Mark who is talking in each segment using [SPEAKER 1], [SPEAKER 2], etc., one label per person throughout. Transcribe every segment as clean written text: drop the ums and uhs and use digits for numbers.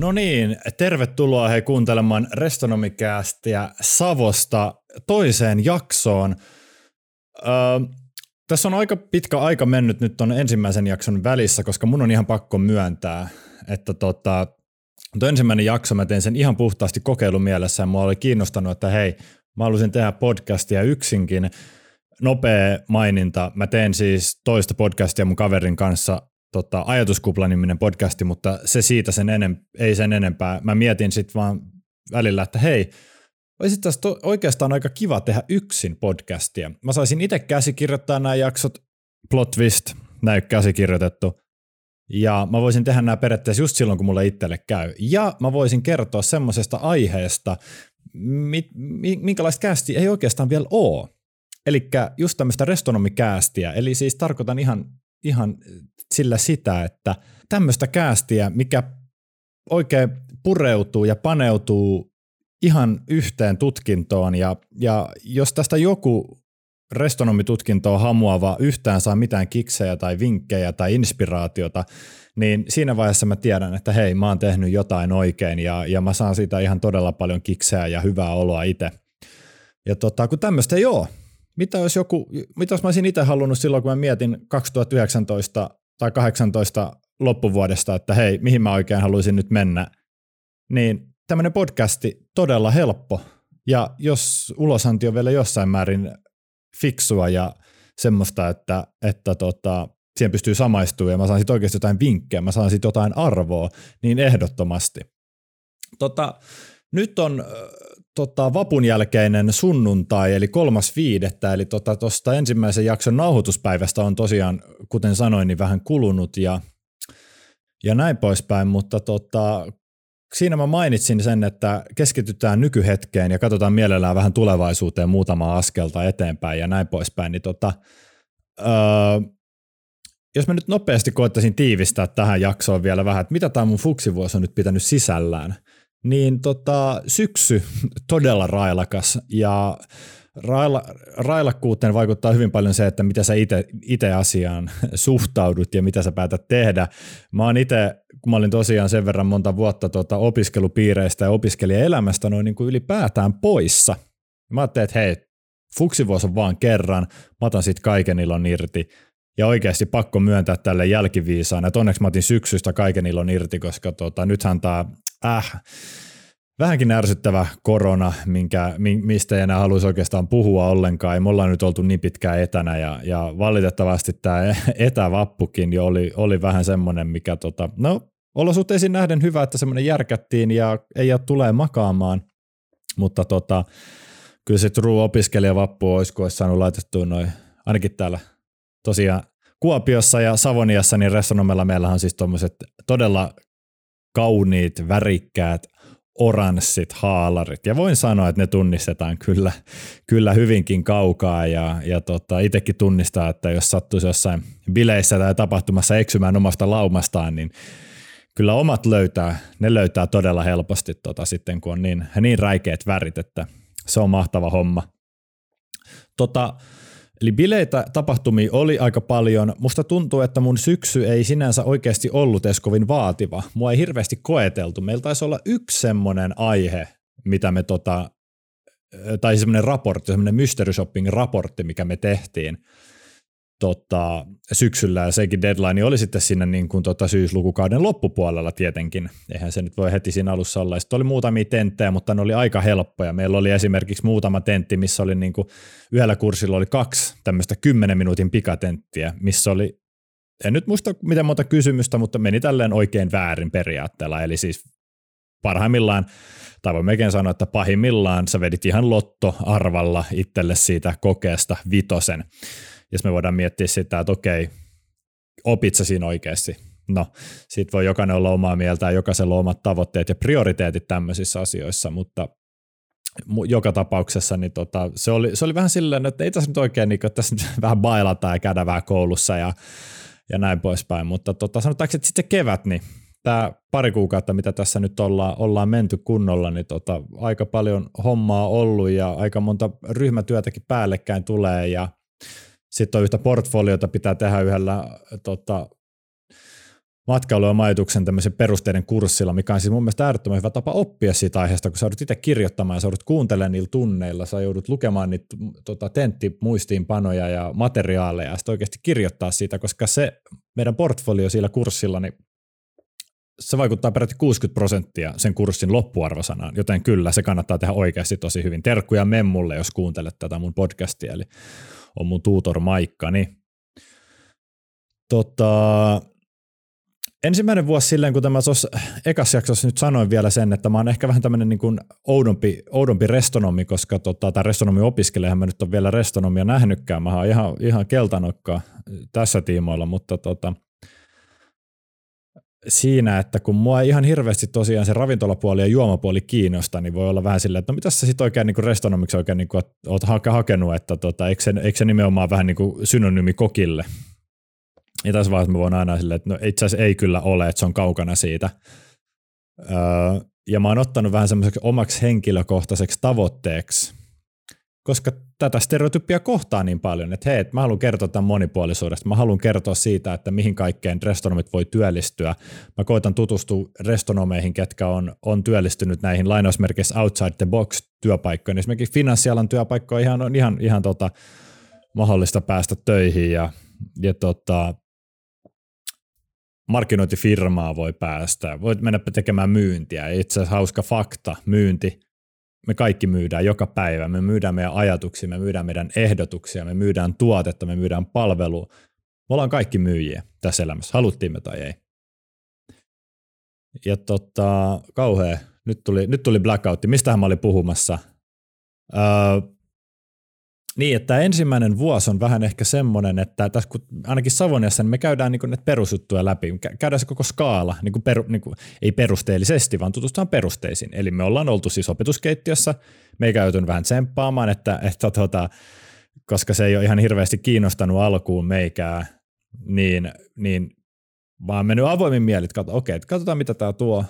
[SPEAKER 1] No niin, tervetuloa hei kuuntelemaan Restonomicastia Savosta toiseen jaksoon. Tässä on aika pitkä aika mennyt nyt ton ensimmäisen jakson välissä, koska mun on ihan pakko myöntää, että tuo ensimmäinen jakso mä tein sen ihan puhtaasti kokeilumielessä ja mua oli kiinnostanut, että hei, mä haluaisin tehdä podcastia yksinkin. Nopea maininta, mä teen siis toista podcastia mun kaverin kanssa, Ajatuskupla-niminen podcasti, mutta se siitä ei sen enempää. Mä mietin sitten vaan välillä, että hei, olisi tästä oikeastaan aika kiva tehdä yksin podcastia. Mä saisin itse käsikirjoittaa nämä jaksot, plot twist, näin käsikirjoitettu, ja mä voisin tehdä nämä periaatteessa just silloin, kun mulle itselle käy. Ja mä voisin kertoa semmoisesta aiheesta, minkälaista castia ei oikeastaan vielä ole. Elikkä just tämmöistä Restonomicastia, eli siis tarkoitan ihan sillä sitä, että tämmöistä castia, mikä oikein pureutuu ja paneutuu ihan yhteen tutkintoon, ja jos tästä joku restonomitutkintoa hamuava yhtään saa mitään kiksejä tai vinkkejä tai inspiraatiota, niin siinä vaiheessa mä tiedän, että hei, mä oon tehnyt jotain oikein, ja mä saan siitä ihan todella paljon kiksejä ja hyvää oloa itse. Ja kun tämmöistä ei ole, mitä jos mä olisin itse halunnut silloin, kun mä mietin 2019 tai 2018 loppuvuodesta, että hei, mihin mä oikein haluaisin nyt mennä, niin tämmöinen podcasti todella helppo. Ja jos ulosanti on vielä jossain määrin fiksua ja semmoista, että siihen pystyy samaistumaan ja mä saan sit oikeasti jotain vinkkejä, mä saan sit jotain arvoa, niin ehdottomasti. Nyt on vapun jälkeinen sunnuntai, eli 3.5. Eli tuosta ensimmäisen jakson nauhoituspäivästä on tosiaan, kuten sanoin, niin vähän kulunut ja näin poispäin, mutta siinä mä mainitsin sen, että keskitytään nykyhetkeen ja katsotaan mielellään vähän tulevaisuuteen muutama askelta eteenpäin ja näin poispäin, niin jos mä nyt nopeasti koettaisin tiivistää tähän jaksoon vielä vähän, että mitä tämä mun fuksivuosi on nyt pitänyt sisällään, niin syksy todella railakas ja railakkuuteen vaikuttaa hyvin paljon se, että mitä sä itse asiaan suhtaudut ja mitä sä päätät tehdä. Mä oon itse, kun mä olin tosiaan sen verran monta vuotta opiskelupiireistä ja opiskelijaelämästä noin niin kuin ylipäätään poissa. Mä ajattelin, että hei, fuksivuosi on vaan kerran, mä otan siitä kaiken ilon irti. Ja oikeasti pakko myöntää tälle jälkiviisaan, että onneksi mä otin syksystä kaiken ilon irti, koska nythän tää vähänkin ärsyttävä korona, mistä ei enää haluaisi oikeastaan puhua ollenkaan. Me ollaan nyt oltu niin pitkään etänä ja valitettavasti tämä etävappukin jo oli vähän semmoinen, mikä olosuhteisiin nähden hyvä, että semmoinen järkättiin ja ei ole tulee makaamaan, mutta kyllä se true opiskelijavappu olisiko saanut laitettua noin, ainakin täällä tosiaan Kuopiossa ja Savoniassa, niin Restonomella meillä on siis tuommoiset todella kauniit, värikkäät, oranssit haalarit, ja voin sanoa, että ne tunnistetaan kyllä hyvinkin kaukaa, ja itsekin tunnistaa, että jos sattuisi jossain bileissä tai tapahtumassa eksymään omasta laumastaan, niin kyllä omat löytää todella helposti sitten, kun on niin räikeät värit, että se on mahtava homma. Eli bileitä, tapahtumia oli aika paljon. Musta tuntuu, että mun syksy ei sinänsä oikeasti ollut edes kovin vaativa. Mua ei hirveästi koeteltu. Meillä taisi olla yksi semmoinen aihe, mitä me tai semmoinen raportti, semmoinen mystery shopping raportti, mikä me tehtiin syksyllä, ja sekin deadline oli sitten siinä niin kuin syyslukukauden loppupuolella tietenkin. Eihän se nyt voi heti siinä alussa olla. Sitten oli muutamia tenttejä, mutta ne oli aika helppoja. Meillä oli esimerkiksi muutama tentti, missä oli niin kuin yhdellä kurssilla oli 2 tämmöistä 10 minuutin pikatenttiä, missä oli, en nyt muista miten monta kysymystä, mutta meni tälleen oikein väärin periaatteella. Eli siis parhaimmillaan, tai voi melkein sanoa, että pahimmillaan sä vedit ihan lottoarvalla itselle siitä kokeesta 5. Jos me voidaan miettiä sitä, että okei, opit sä siinä oikeasti. No, siitä voi jokainen olla omaa mieltä ja jokaisella on omat tavoitteet ja prioriteetit tämmöisissä asioissa, mutta joka tapauksessa niin se oli vähän silleen, että ei tässä nyt oikein, niin kuin, tässä nyt vähän bailataan ja käydään vähän koulussa ja näin poispäin, mutta sanotaanko, että sitten kevät, niin tämä pari kuukautta, mitä tässä nyt ollaan menty kunnolla, niin aika paljon hommaa ollut ja aika monta ryhmätyötäkin päällekkäin tulee ja sitten on yhtä portfoliota pitää tehdä yhdellä matkailu- ja majoituksen tämmöisen perusteiden kurssilla, mikä on siis mun mielestä äärettömän hyvä tapa oppia siitä aiheesta, kun sä joudut itse kirjoittamaan ja sä joudut kuuntelemaan niillä tunneilla, sä joudut lukemaan niitä tenttimuistiinpanoja ja materiaaleja ja sitten oikeasti kirjoittaa siitä, koska se meidän portfolio sillä kurssilla, niin se vaikuttaa peräti 60% sen kurssin loppuarvosanaan, joten kyllä se kannattaa tehdä oikeasti tosi hyvin. Terkkuja Memmulle, jos kuuntelet tätä mun podcastia, eli on mun tuutor Maikkani. Ensimmäinen vuosi silleen, kun tämä tuossa ekassa jaksossa nyt sanoin vielä sen, että mä oon ehkä vähän tämmöinen niin kuin oudompi restonomi, koska tämä restonomi opiskeleehan mä nyt on vielä restonomia nähnytkään. Mä oon ihan keltanokka tässä tiimoilla, mutta siinä, että kun mua ei ihan hirveästi tosiaan se ravintolapuoli ja juomapuoli kiinnosta, niin voi olla vähän silleen, että no mitäs sä sit oikein niin kuin restonomiksi oikein niin kuin oot hakenut, että eikö se nimenomaan vähän niin kuin synonyymi kokille. Ja tässä vaiheessa mä voin aina silleen, että no itse asiassa ei kyllä ole, että se on kaukana siitä. Ja mä oon ottanut vähän semmoiseksi omaksi henkilökohtaiseksi tavoitteeksi, koska tätä stereotypia kohtaa niin paljon, että hei, että mä haluan kertoa tämän monipuolisuudesta, mä haluan kertoa siitä, että mihin kaikkeen restonomit voi työllistyä. Mä koitan tutustua restonomeihin, ketkä on työllistynyt näihin lainausmerkeissä outside the box työpaikkoihin. Esimerkiksi finanssialan työpaikkoihin on ihan mahdollista päästä töihin ja markkinointifirmaa voi päästä, voit mennä tekemään myyntiä. Itse asiassa hauska fakta, myynti. Me kaikki myydään joka päivä, me myydään meidän ajatuksia, me myydään meidän ehdotuksia, me myydään tuotetta, me myydään palvelua. Me ollaan kaikki myyjiä tässä elämässä, haluttiin me tai ei. Ja kauhea, nyt tuli blackoutti, mistähän mä olin puhumassa? Niin, että ensimmäinen vuosi on vähän ehkä semmoinen, että tässä kun ainakin Savoniassa niin me käydään niin näitä perusjuttuja läpi, käydään se koko skaala, ei perusteellisesti, vaan tutustutaan perusteisiin. Eli me ollaan oltu siis opetuskeittiössä, me ei käyty vähän tsemppaamaan, että koska se ei ole ihan hirveästi kiinnostanut alkuun meikää, niin vaan mennyt avoimin mielin, että katsotaan mitä tämä tuo,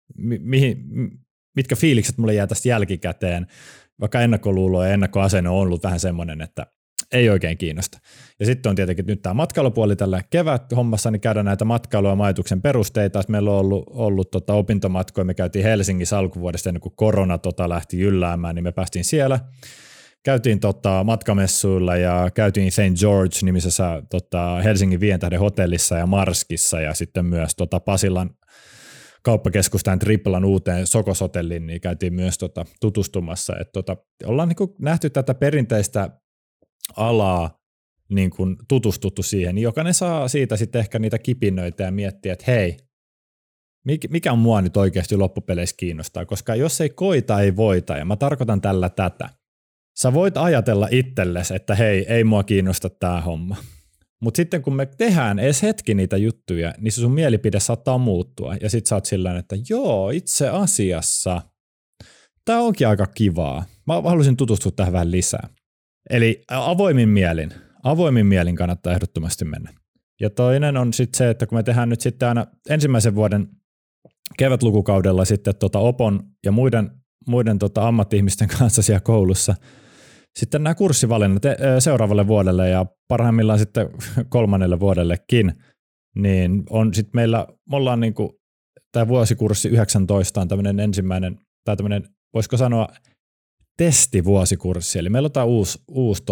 [SPEAKER 1] mitkä fiilikset mulle jää tästä jälkikäteen, vaikka ennakkoluulo ja ennakkoasenne on ollut vähän semmoinen, että ei oikein kiinnosta. Ja sitten on tietenkin nyt tämä matkailupuoli tällä kevät-hommassa, niin käydään näitä matkailu- ja majoituksen perusteita. Meillä on ollut opintomatkoja, me käytiin Helsingissä alkuvuodesta ennen kuin korona lähti jylläämään, niin me päästiin siellä. Käytiin matkamessuilla ja käytiin St. George-nimisessä Helsingin Viientähden hotellissa ja Marskissa ja sitten myös Pasilan kauppakeskustaan Triplan uuteen Sokoshotelliin, niin käytiin myös tutustumassa. Että ollaan niin kuin nähty tätä perinteistä alaa niin kuin tutustuttu siihen, niin jokainen saa siitä sitten ehkä niitä kipinöitä ja miettiä, että hei, mikä on mua nyt oikeasti loppupeleissä kiinnostaa, koska jos ei koita, ei voita, ja mä tarkoitan tällä tätä. Sä voit ajatella itsellesi, että hei, ei mua kiinnosta tää homma. Mutta sitten kun me tehdään edes hetki niitä juttuja, niin se sun mielipide saattaa muuttua. Ja sit sä oot sillä että joo, itse asiassa tää onkin aika kivaa. Mä haluaisin tutustua tähän vähän lisää. Eli avoimin mielin kannattaa ehdottomasti mennä. Ja toinen on sitten se, että kun me tehdään nyt sitten aina ensimmäisen vuoden kevätlukukaudella sitten Opon ja muiden ammatti-ihmisten kanssa siellä koulussa sitten nämä kurssivalinnat seuraavalle vuodelle ja parhaimmillaan sitten kolmannelle vuodellekin, niin on sitten me ollaan niinku, tämä vuosikurssi 19 on tämmöinen ensimmäinen, tai tämmöinen, voisiko sanoa, testivuosikurssi, eli meillä on tämä uusi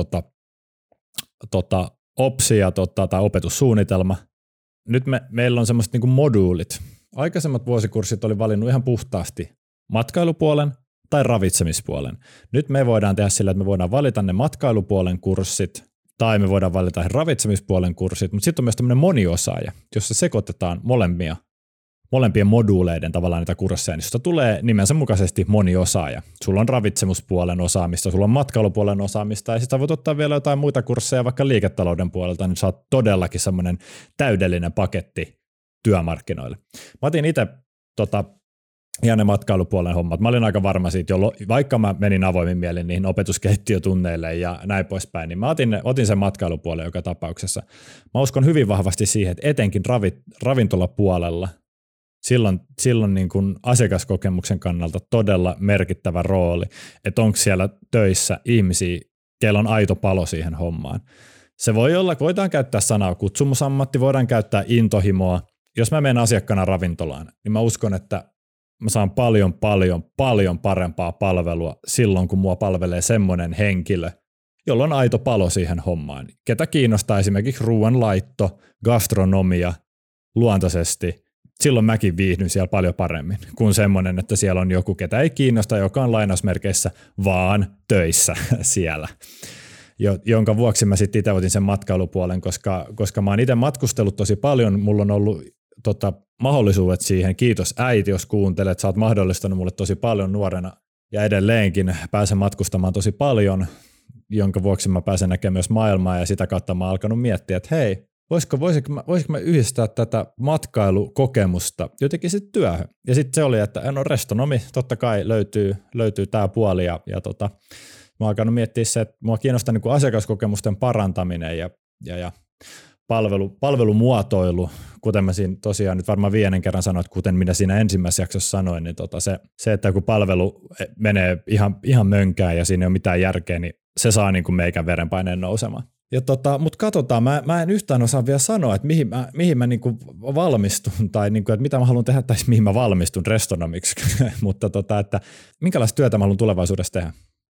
[SPEAKER 1] OPSI ja tai opetussuunnitelma. Nyt meillä on semmoiset niinku moduulit. Aikaisemmat vuosikurssit oli valinnut ihan puhtaasti matkailupuolen tai ravitsemispuolen. Nyt me voidaan tehdä sillä, että me voidaan valita ne matkailupuolen kurssit tai me voidaan valita ravitsemispuolen kurssit, mutta sitten on myös tämmöinen moniosaaja, jossa sekoitetaan molempien moduuleiden tavallaan niitä kursseja, niin susta tulee nimensä mukaisesti moniosaaja. Sulla on ravitsemuspuolen osaamista, sulla on matkailupuolen osaamista ja sitten voit ottaa vielä jotain muita kursseja vaikka liiketalouden puolelta, niin sä oot todellakin semmoinen täydellinen paketti työmarkkinoille. Mä otin itse ihan ne matkailupuolen hommat. Mä olin aika varma siitä, vaikka mä menin avoimin mielin niihin opetuskeittiötunneille ja näin poispäin, niin mä otin sen matkailupuolen joka tapauksessa. Mä uskon hyvin vahvasti siihen, että etenkin ravintolapuolella silloin niin kuin asiakaskokemuksen kannalta todella merkittävä rooli, että onko siellä töissä ihmisiä, keillä on aito palo siihen hommaan. Se voi olla, voidaan käyttää sanaa kutsumusammatti, voidaan käyttää intohimoa, jos mä menen asiakkaana ravintolaan, niin mä uskon, että mä saan paljon parempaa palvelua silloin, kun mua palvelee semmoinen henkilö, jolla on aito palo siihen hommaan. Ketä kiinnostaa esimerkiksi ruoanlaitto, gastronomia luontaisesti, silloin mäkin viihdyn siellä paljon paremmin kuin semmoinen, että siellä on joku, ketä ei kiinnosta, joka on lainausmerkeissä vaan töissä siellä. Jonka vuoksi mä sitten itse otin sen matkailupuolen, koska mä oon itse matkustellut tosi paljon, mulla on ollut mahdollisuudet siihen. Kiitos äiti, jos kuuntelet, sä oot mahdollistanut mulle tosi paljon nuorena ja edelleenkin pääsen matkustamaan tosi paljon, jonka vuoksi mä pääsen näkemään myös maailmaa ja sitä kautta mä oon alkanut miettiä, että hei, voisiko mä yhdistää tätä matkailukokemusta jotenkin sitten työhön. Ja sitten se oli, että restonomi totta kai löytyy tämä puoli ja mä oon alkanut miettiä se, että mua kiinnostaa niin kuin asiakaskokemusten parantaminen ja palvelumuotoilu, kuten mä siinä tosiaan nyt varmaan 5 kerran sanoin, että kuten minä siinä ensimmäisessä jaksossa sanoin, niin se, että kun palvelu menee ihan mönkään ja siinä ei ole mitään järkeä, niin se saa niin kuin meikän verenpaineen nousemaan. Mutta katsotaan, mä en yhtään osaa vielä sanoa, että mihin mä niin kuin valmistun tai niin kuin, että mitä mä haluan tehdä tai mihin mä valmistun restonomiksi, mutta että minkälaista työtä mä haluan tulevaisuudessa tehdä.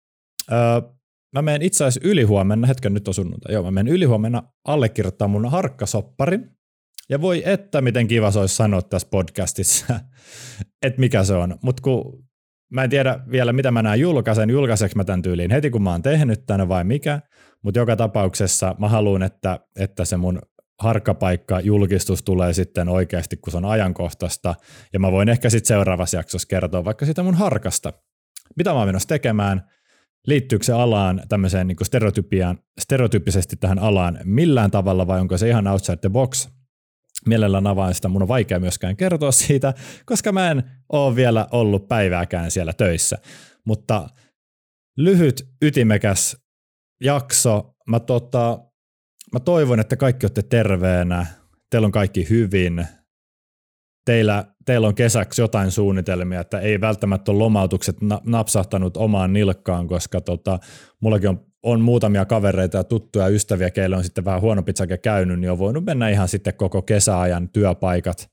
[SPEAKER 1] Mä menen itse asiassa ylihuomenna, nyt on sunnuntai, mä menen ylihuomenna allekirjoittaa mun harkkasopparin. Ja voi että miten kiva se olisi sanoa tässä podcastissa, että mikä se on. Mutta kun mä en tiedä vielä mitä mä näen julkaiseeko mä tämän tyyliin heti kun mä oon tehnyt tänne vai mikä. Mutta joka tapauksessa mä haluan, että se mun harkkapaikka julkistus tulee sitten oikeasti kun se on ajankohtaista. Ja mä voin ehkä sitten seuraavassa jaksossa kertoa vaikka sitä mun harkasta. Mitä mä oon menossa tekemään? Liittyykö se alaan tämmöiseen niin kuin stereotyyppisesti tähän alaan millään tavalla vai onko se ihan outside the box? Mielellään avaan sitä, mun on vaikea myöskään kertoa siitä, koska mä en ole vielä ollut päivääkään siellä töissä. Mutta lyhyt, ytimekäs jakso. Mä toivon, että kaikki olette terveenä, teillä on kaikki hyvin. Teillä on kesäksi jotain suunnitelmia, että ei välttämättä ole lomautukset napsahtanut omaan nilkkaan, koska mullakin on muutamia kavereita ja tuttuja ystäviä, keille on sitten vähän huono pitsake käynyt, niin on voinut mennä ihan sitten koko kesäajan työpaikat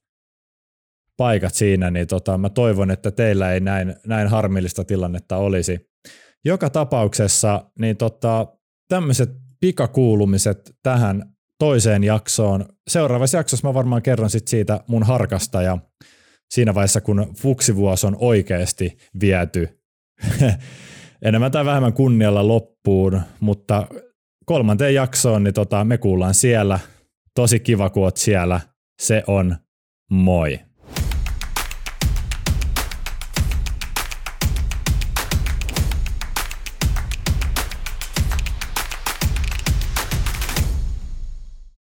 [SPEAKER 1] siinä, niin mä toivon, että teillä ei näin harmillista tilannetta olisi. Joka tapauksessa niin tämmöiset pikakuulumiset tähän toiseen jaksoon. Seuraavassa jaksossa mä varmaan kerron sit siitä mun harkasta ja siinä vaiheessa, kun fuksivuosi on oikeasti viety enemmän tai vähemmän kunnialla loppuun, mutta 3. jaksoon niin me kuullaan siellä. Tosi kiva, kun oot siellä. Se on moi.